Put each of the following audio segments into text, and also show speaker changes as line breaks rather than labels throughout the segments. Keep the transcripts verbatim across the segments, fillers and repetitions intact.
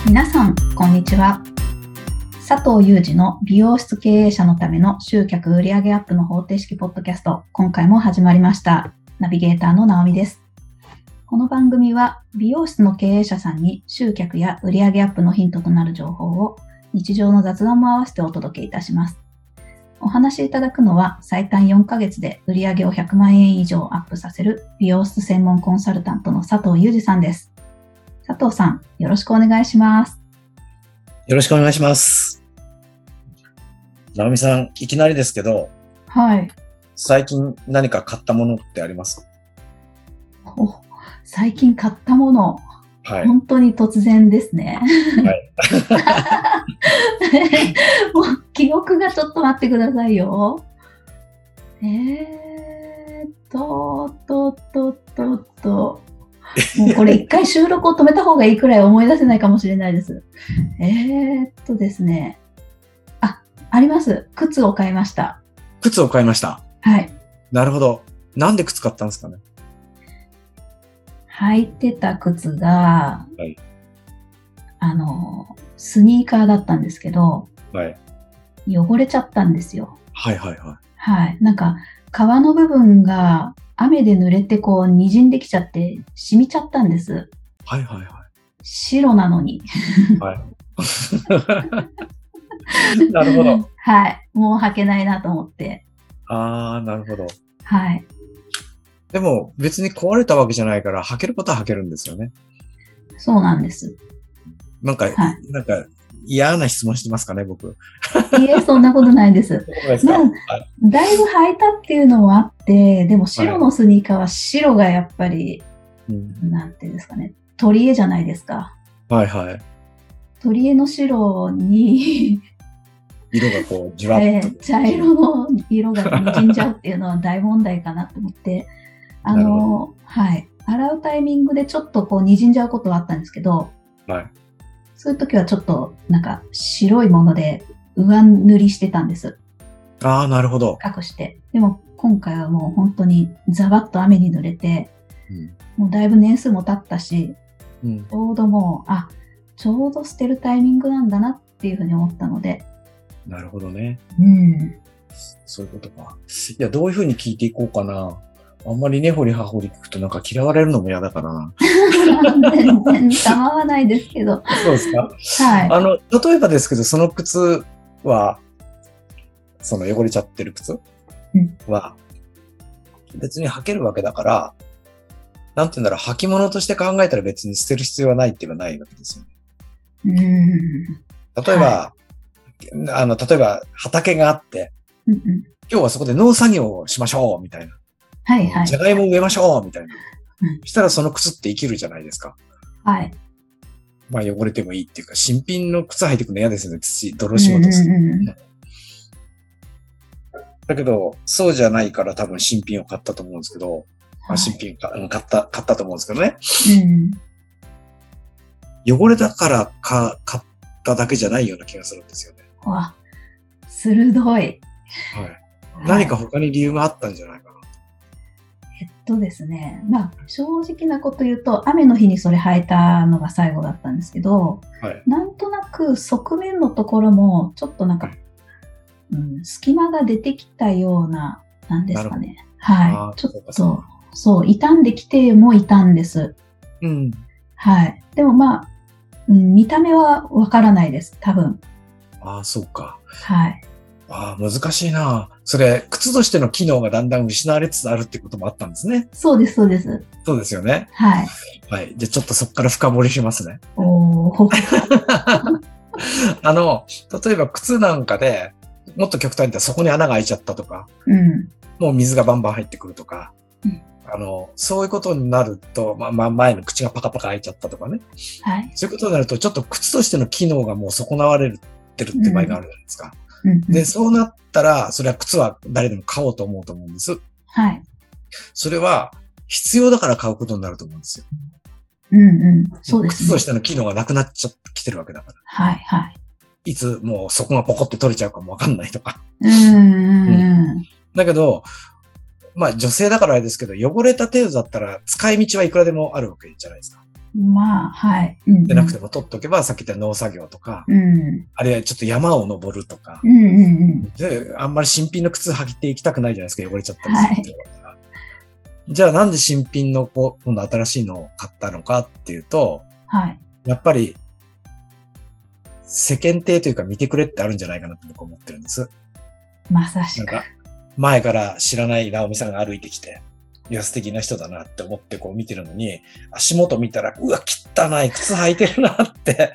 皆さん、こんにちは。佐藤祐二の美容室経営者のための集客売上アップの方程式ポッドキャスト、今回も始まりました。ナビゲーターの直美です。この番組は美容室の経営者さんに集客や売上アップのヒントとなる情報を日常の雑談も合わせてお届けいたします。お話しいただくのは最短よんかげつで売上をひゃくまんえん以上アップさせる美容室専門コンサルタントの佐藤祐二さんです。佐藤さん、よろしくお願いします。
よろしくお願いします。直美さん、いきなりですけど、
はい。
最近何か買ったものってあります？
お、最近買ったもの、
はい。
本当に突然ですね。
はい。
もう記憶がちょっと待ってくださいよ。えーっと、と、と、と、と、もうこれ一回収録を止めた方がいいくらい思い出せないかもしれないです。えーっとですね。あ、あります。靴を買いました。
靴を買いました。
はい。
なるほど。なんで靴買ったんですかね？
履いてた靴が、
はい。
あの、スニーカーだったんですけど、
はい。
汚れちゃったんですよ。
はいはいは
はい。なんか、皮の部分が雨で濡れてこう、滲んできちゃって、染みちゃったんです。
い。はいはいは
白なのに。
い。はい。なるほど。
はい。もう履けないなと思って。
あー、なるほど。
はい。
でも別に壊れたわけじゃないから履けることは履けるんですよね。
そうなんです。
なんか、
はい。
なんか嫌な質問してますかね、僕。
いえ、そんなことないです。
そうですか？
まあ、
はい。
だいぶ履いたっていうのもあって、でも白
はい。
のスニーカーは白がやっぱり、
うん、
なんていうんですかね、取り柄じゃないですか。
はいはい。
取り柄の白に
色がこう、じわっと。
えー茶色の色が滲んじゃうっていうのは大問題かなと思って、あ
なるほど。
の、はい。洗うタイミングでちょっとこう滲んじゃうことはあったんですけど、
はい。
そういう時はちょっとなんか白いもので上塗りしてたんです。
ああ、なるほど。
隠して。でも今回はもう本当にザバッと雨に濡れて、
うん。
もうだいぶ年数も経ったし、
うん。
ちょうどもう、あ、ちょうど捨てるタイミングなんだなっていうふうに思ったので、
なるほどね。
うん。
そういうことか。いや、どういうふうに聞いていこうかな。あんまり根掘り葉掘り聞くとなんか嫌われるのも嫌だからな。
全然構わないですけど。
そうですか。
はい。
あの、例えばですけど、その靴は、その汚れちゃってる靴
うん
は、別に履けるわけだから、なんて言うんだろう、履物として考えたら別に捨てる必要はないっていうのはないわけですよね。
うーん。はい。
例えば、あの、例えば畑があって、
うんうん。
今日はそこで農作業をしましょう、みたいな。
はいはい。
じゃがいも植えましょう、みたいな。
うん。
したらその靴って生きるじゃないですか。
はい。
まあ汚れてもいいっていうか、新品の靴履いてくの嫌ですよね。土、泥
うん
仕事する。
うんうん。
だけど、そうじゃないから多分新品を買ったと思うんですけど、まあ、
はい。
新品か、うん買った、買ったと思うんですけどね。
うん。
汚れだからか、買っただけじゃないような気がするんですよね。
わ、鋭い。
はい。
はい。
何か他に理由があったんじゃないかな。
えっとですね、まあ、正直なこと言うと、雨の日にそれ履いたのが最後だったんですけど、
はい。
なんとなく側面のところも、ちょっとなんか、
はい。
うん、隙間が出てきたような、なんで
なるほど。
すかね。はい。
ああ、
ちょっ
そうかそう
と、
か。
そう、傷んできてもいたんです。
うん。
はい。でもまあ、うん、見た目はわからないです。多分。
ああ、そうか。
はい。
ああ、難しいな。それ、靴としての機能がだんだん失われつつあるってこともあったんですね。
そうです、そうです。
そうですよね。
はい。
はい。じゃあちょっとそこから深掘りしますね。
おー。
あの、例えば靴なんかで、もっと極端に言ったらそこに穴が開いちゃったとか、
うん。
もう水がバンバン入ってくるとか、
うん。
あの、そういうことになると、まあ、まあ、前の口がパカパカ開いちゃったとかね。
はい。
そういうことになると、ちょっと靴としての機能がもう損なわれてるって場合があるじゃないですか。
うん。うん。
で、そうなったら、それは靴は誰でも買おうと思うと思うんです。
はい。
それは必要だから買うことになると思うんですよ。
うんうん。そうですね。
靴としての機能がなくなっちゃってきてるわけだから。
はい、はい。
いつもうそこがポコって取れちゃうかもわかんないとか。
うんうんうん。
だけど、まあ女性だからあれですけど、汚れた程度だったら使い道はいくらでもあるわけじゃないですか。
まあ、はい。うんうん、
でなくても取っとけば、さっき言った農作業とか、
うん、
あるいはちょっと山を登るとか、
うんうんうん、
で、あんまり新品の靴履いていきたくないじゃないですか、汚れちゃったりす
はい。
るっていうから。じゃあなんで新品のこう今度新しいのを買ったのかっていうと、
はい。
やっぱり世間体というか見てくれってあるんじゃないかなって僕は思ってるんです。
まさしく。
なんか、前から知らない直美さんが歩いてきて、いや、素敵な人だなって思ってこう見てるのに、足元見たら、うわ、汚い靴履いてるなって、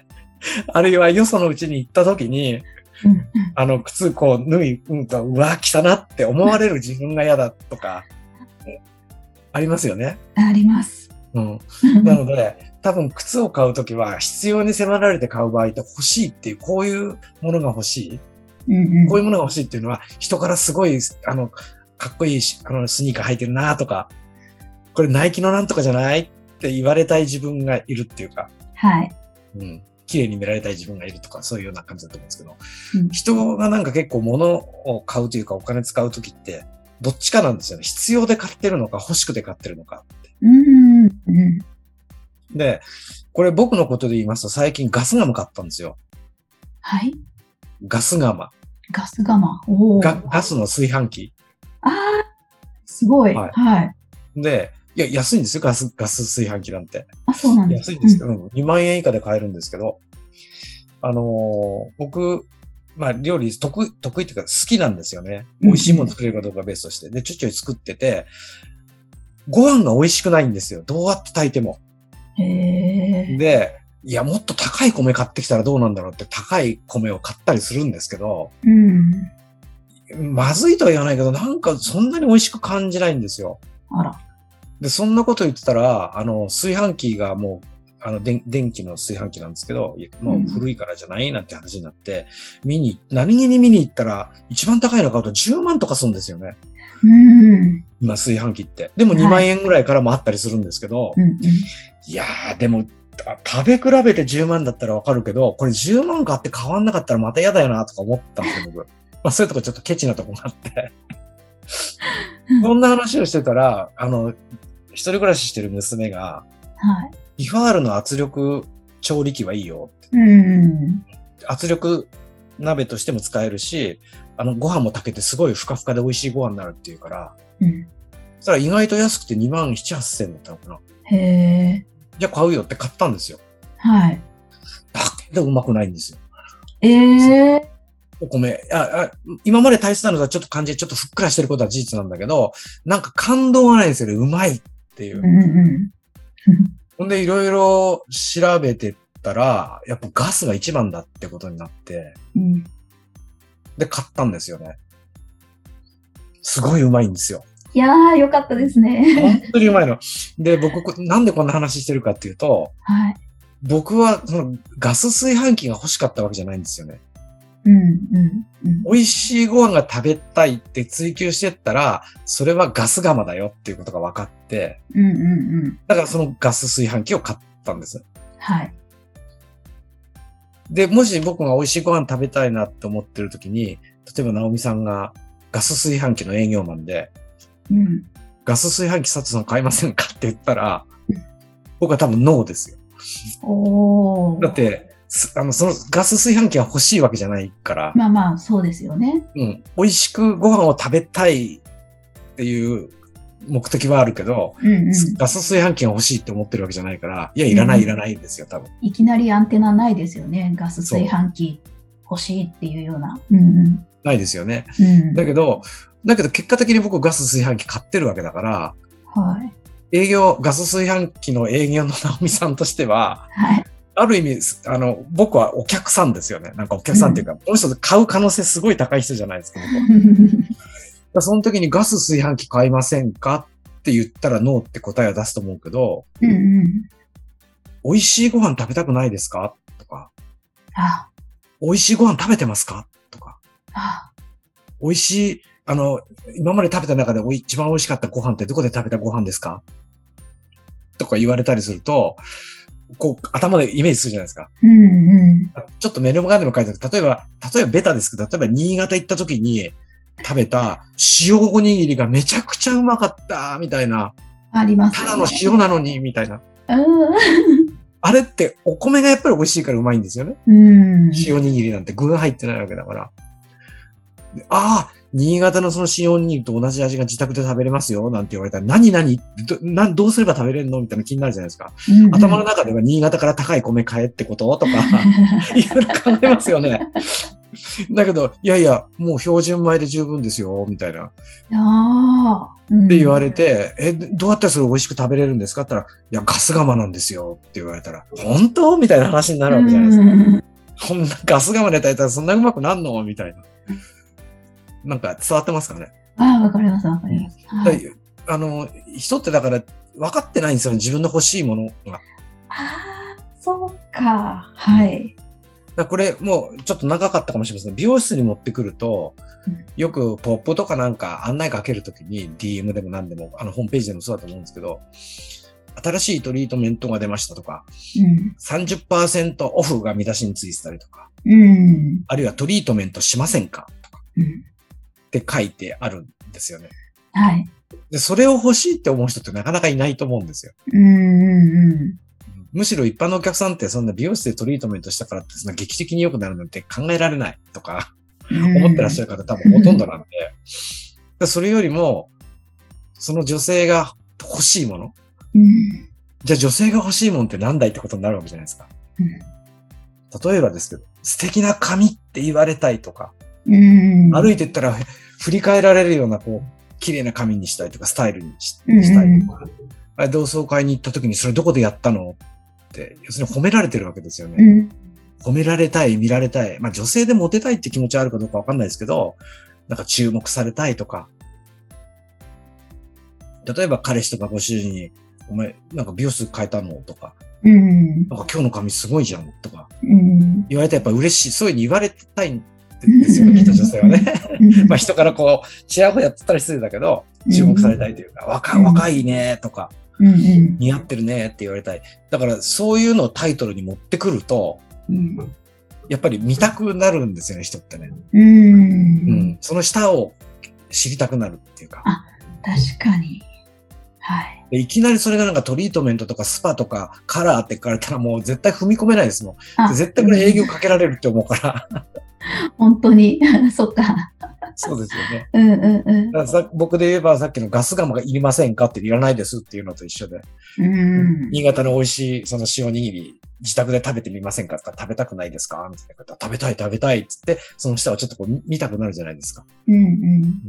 あるいはよそのうちに行った時に、
うんうん、
あの、靴こう脱い、うんと、うわ、汚なって思われる自分が嫌だとか、ありますよね。
あります。
うん。なので、多分靴を買うときは必要に迫られて買う場合って欲しいっていう、こういうものが欲しい。
うんうん、
こういうものが欲しいっていうのは、人からすごい、あの、かっこいいし、あの、スニーカー履いてるなとか、これナイキのなんとかじゃないって言われたい自分がいるっていうか、
はい。
うん。綺麗に見られたい自分がいるとか、そういうような感じだと思うんですけど、
うん、
人がなんか結構物を買うというかお金使うときって、どっちかなんですよね。必要で買ってるのか、欲しくて買ってるのかって。
うんうん、
で、これ僕のことで言いますと、最近ガスガム買ったんですよ。
はい。
ガス釜。
ガス釜。お
ガ、ガスの炊飯器。
ああ、すごい。
はい。
はい。
で、いや、安いんですよ、ガス、ガス炊飯器なんて。
あ、そうなんです。
安いんですけど、うん、にまん円以下で買えるんですけど、あのー、僕、まあ、料理得意、得意っていうか好きなんですよね。美味しいもの作れるかどうかベースとして。で、ちょいちょい作ってて、ご飯が美味しくないんですよ。どうやって炊いても。
へえ。
で、いや、もっと高い米買ってきたらどうなんだろうって高い米を買ったりするんですけど、
うん。
まずいとは言わないけど、なんかそんなに美味しく感じないんですよ。
あら。
で、そんなこと言ってたら、あの、炊飯器がもう、あの、電電気の炊飯器なんですけど、もう古いからじゃないなんて話になって、うん、見に、何気に見に行ったら、一番高いの買うとじゅうまんとかするんですよね。
うん。
今、炊飯器って。でもにまん円ぐらいからもあったりするんですけど、
はい、うんうん、
いやー、でも、食べ比べてじゅうまんだったらわかるけど、これじゅうまん買って変わんなかったらまた嫌だよなとか思ったんですよ、僕。まあ、そういうとこちょっとケチなとこがあって。そんな話をしてたら、あの、一人暮らししてる娘が、
はい。
ティファールの圧力調理器はいいよって。
うん。
圧力鍋としても使えるし、あの、ご飯も炊けてすごいふかふかで美味しいご飯になるっていうから、
うん。
そしたら意外と安くてにまんなな、はっせんだったのかな。
へえ。
じゃあ買うよって買ったんですよ。
はい。
だけどうまくないんですよ。
ええー。
お米ああ。今まで炊いてたのとはちょっと感じでちょっとふっくらしてることは事実なんだけど、なんか感動がないんですよね。うまいっていう。
うんうん、
ほんでいろいろ調べてったら、やっぱガスが一番だってことになって、
うん、
で買ったんですよね。すごいうまいんですよ。
いやー、よかったですね。
本当にうまいの。で、僕、なんでこんな話してるかっていうと、
はい、
僕はそのガス炊飯器が欲しかったわけじゃないんですよね。
うんうんうん、
美味しいご飯が食べたいって追求してったら、それはガス釜だよっていうことが分かって、
うんうんうん、
だからそのガス炊飯器を買ったんです。
はい。
で、もし僕が美味しいご飯食べたいなって思ってる時に、例えば直美さんがガス炊飯器の営業マンで、
うん、
ガス炊飯器佐藤さん買いませんかって言ったら、僕は多分ノーですよ。
おー。
だって、あの、そのガス炊飯器は欲しいわけじゃないから。
まあまあ、そうですよね。
うん。美味しくご飯を食べたいっていう目的はあるけど、
うんうん、
ガス炊飯器が欲しいって思ってるわけじゃないから、いや、いらない、いらないんですよ、多分。
いきなりアンテナないですよね。ガス炊飯器欲しいっていうような。うんうん、
ないですよね。
うん、
だけど、だけど結果的に僕ガス炊飯器買ってるわけだから、
はい。
営業、ガス炊飯器の営業の直美さんとしては、
はい。
ある意味、あの、僕はお客さんですよね。なんかお客さんっていうか、うん、この人買う可能性すごい高い人じゃないですか、僕は。その時にガス炊飯器買いませんかって言ったらノーって答えを出すと思うけど、
うんうん、
美味しいご飯食べたくないですかとか、
あ、
美味しいご飯食べてますかとか、
あ、
美味しい、あの、今まで食べた中で一番美味しかったご飯ってどこで食べたご飯ですかとか言われたりすると、こう、頭でイメージするじゃないですか。
うんうん、
ちょっとメルマガでも書いてある。例えば、例えばベタですけど、例えば新潟行った時に食べた塩おにぎりがめちゃくちゃうまかった、みたいな。
あります、ね。
ただの塩なのに、みたいな。
うん
あれってお米がやっぱり美味しいからうまいんですよね。
うん。
塩握りなんて具が入ってないわけだから。ああ、新潟のその塩握りと同じ味が自宅で食べれますよ、なんて言われたら、何何どなどうすれば食べれるのみたいな気になるじゃないですか。うんうん、頭の中では新潟から高い米買えってこととか、いろいろ考えますよね。だけど、いやいや、もう標準米で十分ですよ、みたいな。
あ
うん、って言われて、え、どうやったらそれ美味しく食べれるんですかって言ったら、いや、ガス釜なんですよ、って言われたら、本当みたいな話になるわけじゃないですか。うん、こんなガス釜で炊いたらそんなうまくなんのみたいな。なんか伝わってますかね。
ああ、わかります、わかります。
はい、あの、人ってだから分かってないんですよね、自分の欲しいものが。
ああ、そうか。はい。
だこれもうちょっと長かったかもしれません。美容室に持ってくると、よくポップとかなんか案内かけるときに ディーエム でも何でも、あのホームページでもそうだと思うんですけど、新しいトリートメントが出ましたとか、うん、さんじゅっパーセント オフが見出しについてたりとか、うん、あるいはトリートメントしませんかとか、うん、って書いてあるんですよね。
はい。
で、それを欲しいって思う人ってなかなかいないと思うんですよ。
うんうんうん
むしろ一般のお客さんってそんな美容室でトリートメントしたからってそんな劇的に良くなるなんて考えられないとか思ってらっしゃる方多分ほとんどなんで、でそれよりもその女性が欲しいもの、うん、じゃあ女性が欲しいものって何だいってことになるわけじゃないですか。うん、例えばですけど、素敵な髪って言われたいとか、うん、歩いてったら振り返られるようなこう綺麗な髪にしたいとかスタイルに し, したいとか、うん、同窓会に行った時にそれどこでやったのって要するに褒められてるわけですよね。うん、褒められたい、見られたい。まあ女性でモテたいって気持ちあるかどうかわかんないですけど、なんか注目されたいとか。例えば彼氏とかご主人に、お前なんか美容室変えたのとか、うん、なんか今日の髪すごいじゃんとか、うん、言われたらやっぱ嬉しい、そういうふうに言われたいんですよね、きっと女性はね。まあ人からこう、ちやほやってたり失礼だけど、注目されたいというか、若、若いねとか。うんうん、似合ってるねって言われたい。だからそういうのをタイトルに持ってくると、うん、やっぱり見たくなるんですよね、人ってね。うんうん、その下を知りたくなるっていうか。
あ、確かに。はい。
でいきなりそれがなんかトリートメントとかスパとかカラーって書かれたらもう絶対踏み込めないですもん。絶対これ営業かけられるって思うから。
本当に。そっか。
そうですよね。
うんうんうん、
だからさ僕で言えばさっきのガス釜がいりませんかっていらないですっていうのと一緒で。うん、新潟の美味しいその塩握り自宅で食べてみませんかとか食べたくないですかみたいな方食べたい食べたいっつってその下をちょっとこう見たくなるじゃないですか。うんうん、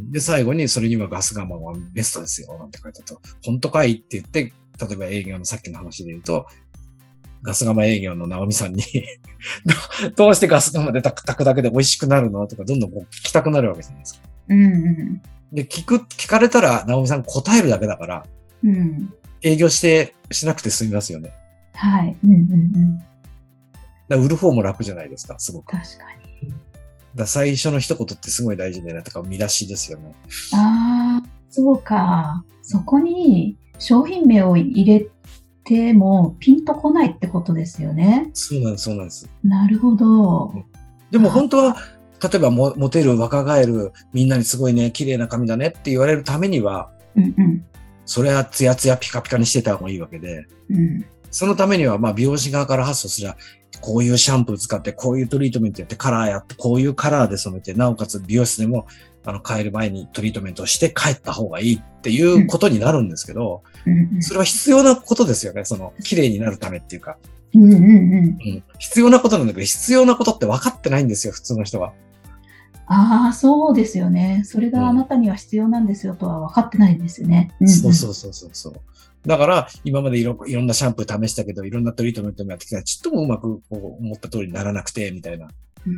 で最後にそれにはガス釜はベストですよなんて書いてあると本当かいって言って例えば営業のさっきの話で言うとガス釜営業の直美さんにどうしてガス釜で炊くだけで美味しくなるのとかどんどんこう聞きたくなるわけじゃないですか。うんうん、で聞く聞かれたら直美さん答えるだけだから、うん、営業してしなくて済みますよね。
はい。うんうんうん、だ
から売る方も楽じゃないですかすごく。
確かに。
だ最初の一言ってすごい大事だなとか見出しですよね。
ああそうか。そこに商品名を入れでもピンとこないってことですよね。
そうなんです、そうなんです。
なるほど。
でも本当は、例えばモテる、若返る、みんなにすごいね、綺麗な髪だねって言われるためには、うんうん、それはツヤツヤピカピカにしてた方がいいわけで、うん、そのためには、まあ美容師側から発想すれば、こういうシャンプー使って、こういうトリートメントやって、カラーやって、こういうカラーで染めて、なおかつ美容室でも、あの、帰る前にトリートメントをして帰った方がいいっていうことになるんですけど、うん、それは必要なことですよね。その、綺麗になるためっていうか。うんうんうんうん、必要なことなんだけど、必要なことって分かってないんですよ、普通の人は。
ああ、そうですよね。それがあなたには必要なんですよとは分かってないんですよね。
うんうん、そうそうそうそうそう。だから、今までいろいろんなシャンプー試したけど、いろんなトリートメントもやってきたら、ちっともうまくこう思った通りにならなくて、みたいな。うん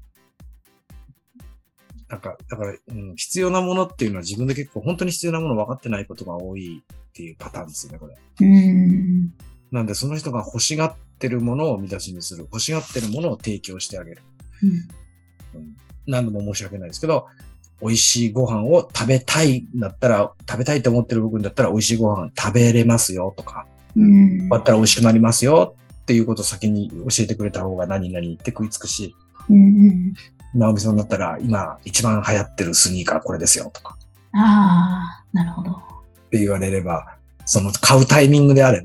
なんか、だから、うん、必要なものっていうのは自分で結構本当に必要なもの分かってないことが多いっていうパターンですよね、これ。うんなんで、その人が欲しがってるものを見出しにする。欲しがってるものを提供してあげる。うんうん、何度も申し訳ないですけど、美味しいご飯を食べたいんだったら、食べたいと思ってる部分だったら美味しいご飯食べれますよとか、うんだったら美味しくなりますよっていうことを先に教えてくれた方が何々って食いつくし、うん直美さんだったら今一番流行ってるスニーカーこれですよとか。
ああ、なるほど。
って言われれば、その買うタイミングであれば、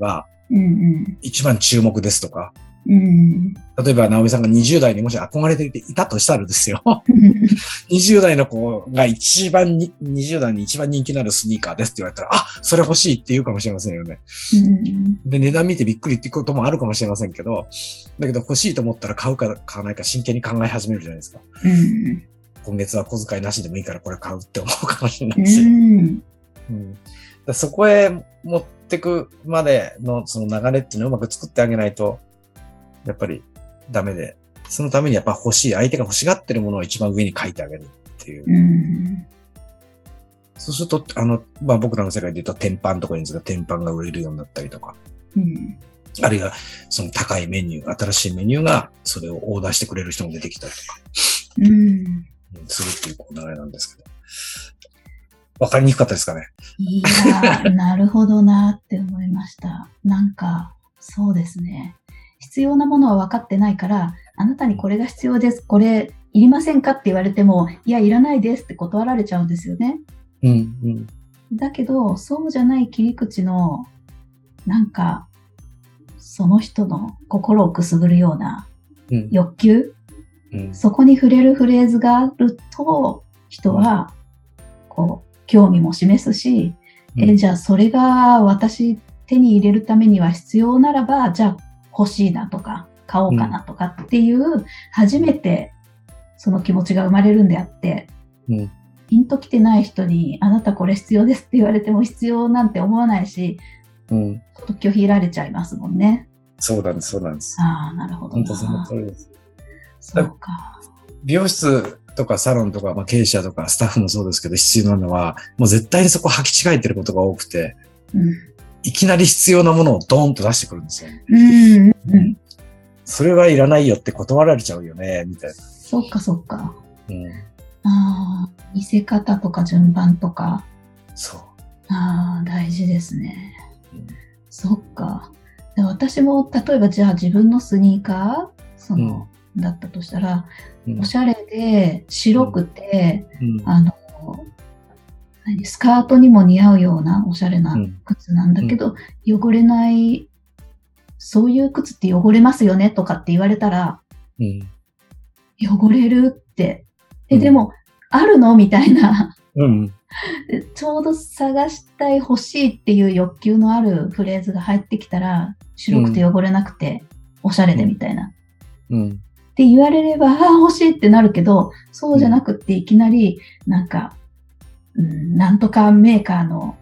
うんうん
一番注目ですとか、
うん
例えば、直美さんがにじゅう代にもし憧れていたとしたらですよ。にじゅう代の子が一番に、にじゅう代に一番人気のあるスニーカーですって言われたら、あ、それ欲しいって言うかもしれませんよね。
うん
で、値段見てびっくりってこともあるかもしれませんけど、だけど欲しいと思ったら買うか買わないか真剣に考え始めるじゃないですか。
うん
今月は小遣いなしでもいいからこれ買うって思うかもしれな
う
いし。
ん
うん、だそこへ持ってくまでのその流れっていうのをうまく作ってあげないと、やっぱりダメで、そのためにやっぱ欲しい、相手が欲しがってるものを一番上に書いてあげるっていう。
うん
そうすると、あの、まあ僕らの世界で言うと天板とか言うんですが、天板が売れるようになったりとか、
うん
あるいはその高いメニュー、新しいメニューがそれをオーダーしてくれる人も出てきたりとか、
うん
うんするっていうこう流れなんですけど。わかりにくかったですかね。
いやー、なるほどなって思いました。なんか、そうですね。必要なものは分かってないから、あなたにこれが必要です、これいりませんかって言われても、いや、いらないですって断られちゃうんですよね。
うん、うん。
だけど、そうじゃない切り口の、なんか、その人の心をくすぐるような
うん、
欲求、
うん、
そこに触れるフレーズがあると、人は、こう、興味も示すし、
うん
え、じゃあそれが私手に入れるためには必要ならば、じゃあ欲しいなとか、買おうかなとかっていう、初めてその気持ちが生まれるんであって、
うん、
ピンときてない人に、あなたこれ必要ですって言われても必要なんて思わないし、
うん。
ちょっと拒否られちゃいますもんね。
そうなんです、そうなんです。
ああ、なるほどな。
本当その通りです。
そうか。
美容室とかサロンとか、まあ、経営者とかスタッフもそうですけど、必要なのは、もう絶対にそこ履き違えてることが多くて、
うん。
いきなり必要なものをドーンと出してくるんですよね。
うん。うん。
それはいらないよって断られちゃうよね、みたいな。
そっかそっか。
うん。
ああ、見せ方とか順番とか、
そう。
ああ、大事ですね。
うん
そっか。で私も、例えばじゃあ自分のスニーカー、その、だったとしたら、
うん
おしゃれで白くて、
うん
あの、何スカートにも似合うようなおしゃれな靴なんだけど、汚れない、そういう靴って汚れますよねとかって言われたら、
うん
汚れるって、え、
うん
でも、あるのみたいな。
うん
でちょうど探したい欲しいっていう欲求のあるフレーズが入ってきたら、白くて汚れなくておしゃれでみたいな、
うん
って言われれば、ああ欲しいってなるけど、そうじゃなくっていきなりなんか、うん、なんとかメーカーの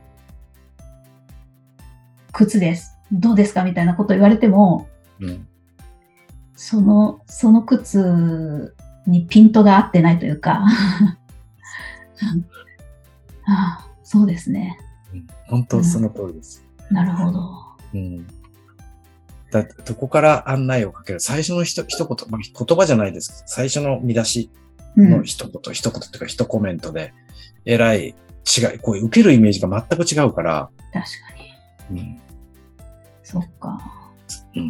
靴ですどうですかみたいなこと言われても、
うん
そのその靴にピントが合ってないというかああ、そうですね。
うん本当その通りです。
なるほど。
うんだどこから案内をかける最初のひと一言、まあ、言葉じゃないですけど、最初の見出しの一言、うん、一言っていうか一コメントで、えらい違い、こういう受けるイメージが全く違うから。
確かに。うん。そっか。
うん。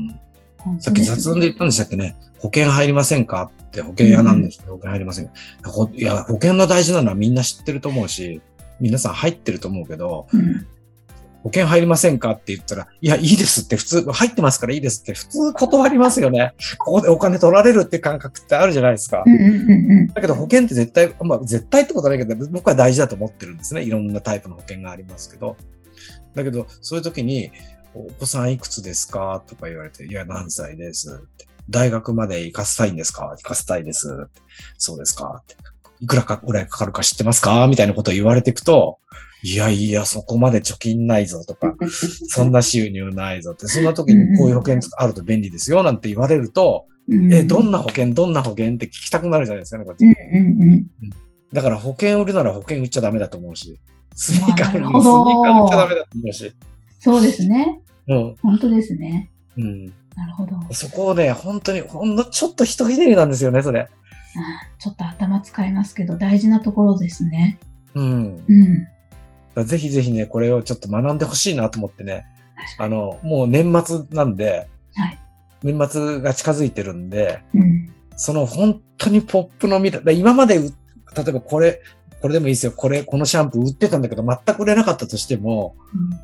さっき雑談で言ったんでしたっけね。保険入りませんかって、保険屋なんですけど、うん、保険入りませんか。いや、保険の大事なのはみんな知ってると思うし、皆さん入ってると思うけど、うん保険入りませんかって言ったら、いや、いいですって普通、入ってますからいいですって普通断りますよね。ここでお金取られるって感覚ってあるじゃないですか。
うんうんうん、
だけど保険って絶対、まあ絶対ってことはないけど、僕は大事だと思ってるんですね。いろんなタイプの保険がありますけど。だけど、そういう時に、お子さんいくつですかとか言われて、いや、何歳ですって。大学まで行かせたいんですか行かせたいです。そうですかって。いくらかぐらいかかるか知ってますかみたいなことを言われていくと、いやいや、そこまで貯金ないぞとか、そんな収入ないぞって、そんな時にこういう保険あると便利ですよなんて言われると、うん、え、どんな保険、どんな保険って聞きたくなるじゃないですかね、こっち。うんうんうん、だから保険売るなら保険売っちゃダメだと思うし、スニーカー売るならスニーカー売っちゃダメだと思うし。
そうですね。
うん。
本当ですね。
うん。
なるほど。
そこをね、本当に、ほんのちょっと一ひねりなんですよね、それ。
あちょっと頭使いますけど、大事なところですね。
うん。
うん
ぜひぜひね、これをちょっと学んでほしいなと思ってね。あの、もう年末なんで、
はい、
年末が近づいてるんで、
うん、
その本当にポップの見た、今まで、例えばこれ、これでもいいですよ。これ、このシャンプー売ってたんだけど、全く売れなかったとしても、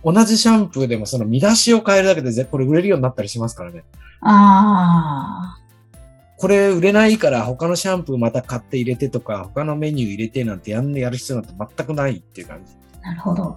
同じシャンプーでもその見出しを変えるだけでぜこれ売れるようになったりしますからね。
ああ。
これ売れないから他のシャンプーまた買って入れてとか、他のメニュー入れてなんてやんやる必要なんて全くないっていう感じ。
なるほど。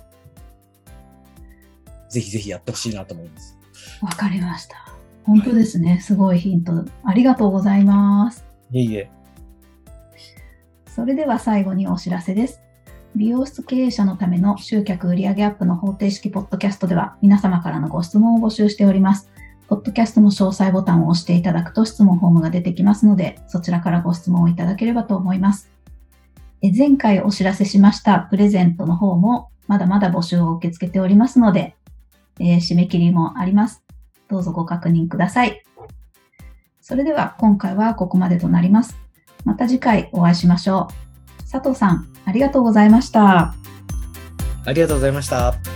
ぜひぜひやってほしいなと思います。
わかりました。本当ですね。はい、すごいヒント。ありがとうございます。
いえいえ。
それでは最後にお知らせです。美容室経営者のための集客売上アップの方程式ポッドキャストでは皆様からのご質問を募集しております。ポッドキャストの詳細ボタンを押していただくと質問フォームが出てきますので、そちらからご質問をいただければと思います。え前回お知らせしましたプレゼントの方もまだまだ募集を受け付けておりますので、えー、締め切りもあります。どうぞご確認ください。それでは今回はここまでとなります。また次回お会いしましょう。佐藤さん、ありがとうございました。
ありがとうございました。